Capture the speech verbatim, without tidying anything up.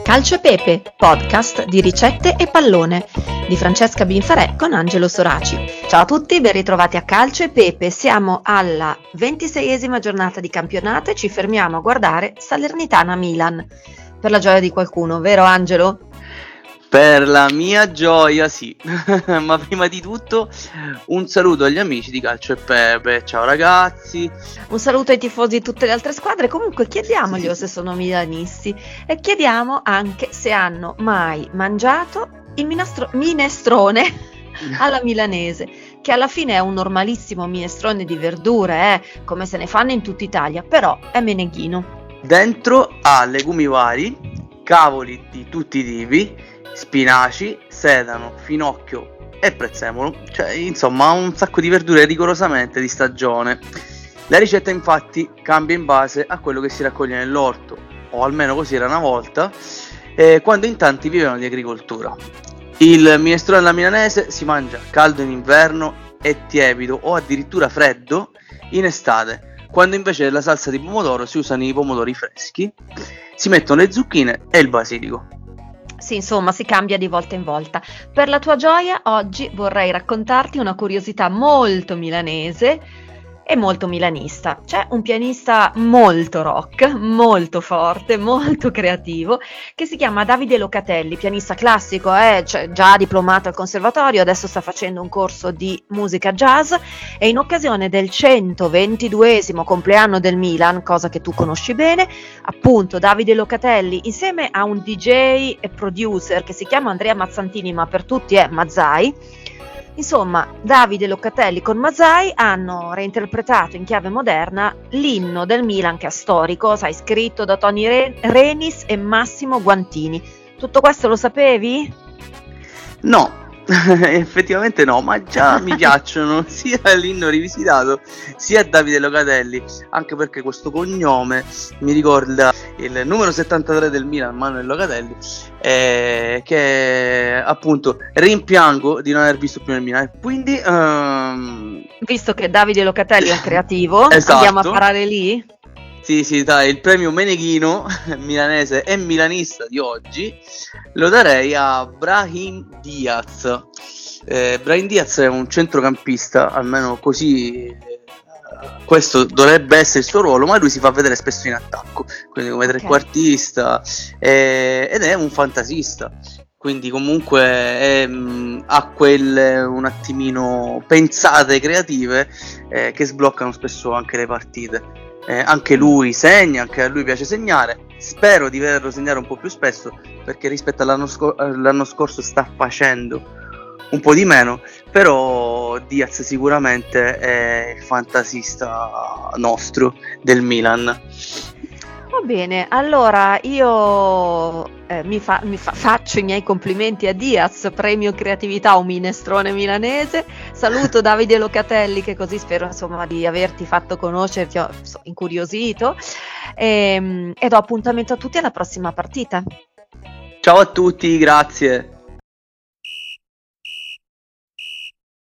Calcio e Pepe, podcast di ricette e pallone, di Francesca Binfarè con Angelo Soraci. Ciao a tutti, ben ritrovati a Calcio e Pepe. Siamo alla ventiseiesima giornata di campionato e ci fermiamo a guardare Salernitana-Milan. Per la gioia di qualcuno, vero Angelo? Per la mia gioia sì, ma prima di tutto un saluto agli amici di Calcio e Pepe, ciao ragazzi. Un saluto ai tifosi di tutte le altre squadre, comunque chiediamoglielo se sono milanisti e chiediamo anche se hanno mai mangiato il minastro- minestrone alla milanese, che alla fine è un normalissimo minestrone di verdure, eh, come se ne fanno in tutta Italia, però è meneghino. Dentro ha legumi vari, cavoli di tutti i tipi, spinaci, sedano, finocchio e prezzemolo, cioè insomma un sacco di verdure rigorosamente di stagione. La ricetta infatti cambia in base a quello che si raccoglie nell'orto, o almeno così era una volta, eh, quando in tanti vivevano di agricoltura. Il minestrone alla milanese si mangia caldo in inverno e tiepido o addirittura freddo in estate, quando invece della salsa di pomodoro si usano i pomodori freschi, si mettono le zucchine e il basilico. Sì, insomma, si cambia di volta in volta. Per la tua gioia, oggi vorrei raccontarti una curiosità molto milanese e molto milanista. C'è un pianista molto rock, molto forte, molto creativo, che si chiama Davide Locatelli, pianista classico, eh, cioè già diplomato al conservatorio, adesso sta facendo un corso di musica jazz e in occasione del centoventiduesimo compleanno del Milan, cosa che tu conosci bene, appunto Davide Locatelli insieme a un D J e producer che si chiama Andrea Mazzantini, ma per tutti è Mazzai. Insomma, Davide Locatelli con Mazzai hanno reinterpretato in chiave moderna l'inno del Milan, che è storico, sai, scritto da Tony Re- Renis e Massimo Guantini. Tutto questo lo sapevi? No, effettivamente no, ma già mi piacciono sia l'inno rivisitato sia Davide Locatelli, anche perché questo cognome mi ricorda il numero settantatré del Milan, Manuel Locatelli, eh, che appunto rimpiango di non aver visto più nel Milan. Quindi um... visto che Davide Locatelli è un creativo, esatto. Andiamo a parare lì? Sì, sì, dai, il premio Meneghino milanese e milanista di oggi lo darei a Brahim Diaz. Eh, Brahim Diaz è un centrocampista, almeno così eh, questo dovrebbe essere il suo ruolo, ma lui si fa vedere spesso in attacco, quindi come Okay. trequartista, eh, ed è un fantasista. Quindi comunque è, mh, ha quelle un attimino pensate, creative, eh, che sbloccano spesso anche le partite. Eh, anche lui segna, anche a lui piace segnare. Spero di vederlo segnare un po' più spesso, perché rispetto all'anno, scor- all'anno scorso sta facendo un po' di meno. Però Diaz sicuramente è il fantasista nostro del Milan. Va bene, allora io eh, mi, fa, mi fa, faccio i miei complimenti a Diaz, premio creatività un minestrone milanese. Saluto Davide Locatelli, che così spero insomma di averti fatto conoscere, ti ho so, incuriosito, e, e do appuntamento a tutti alla prossima partita. Ciao a tutti, grazie.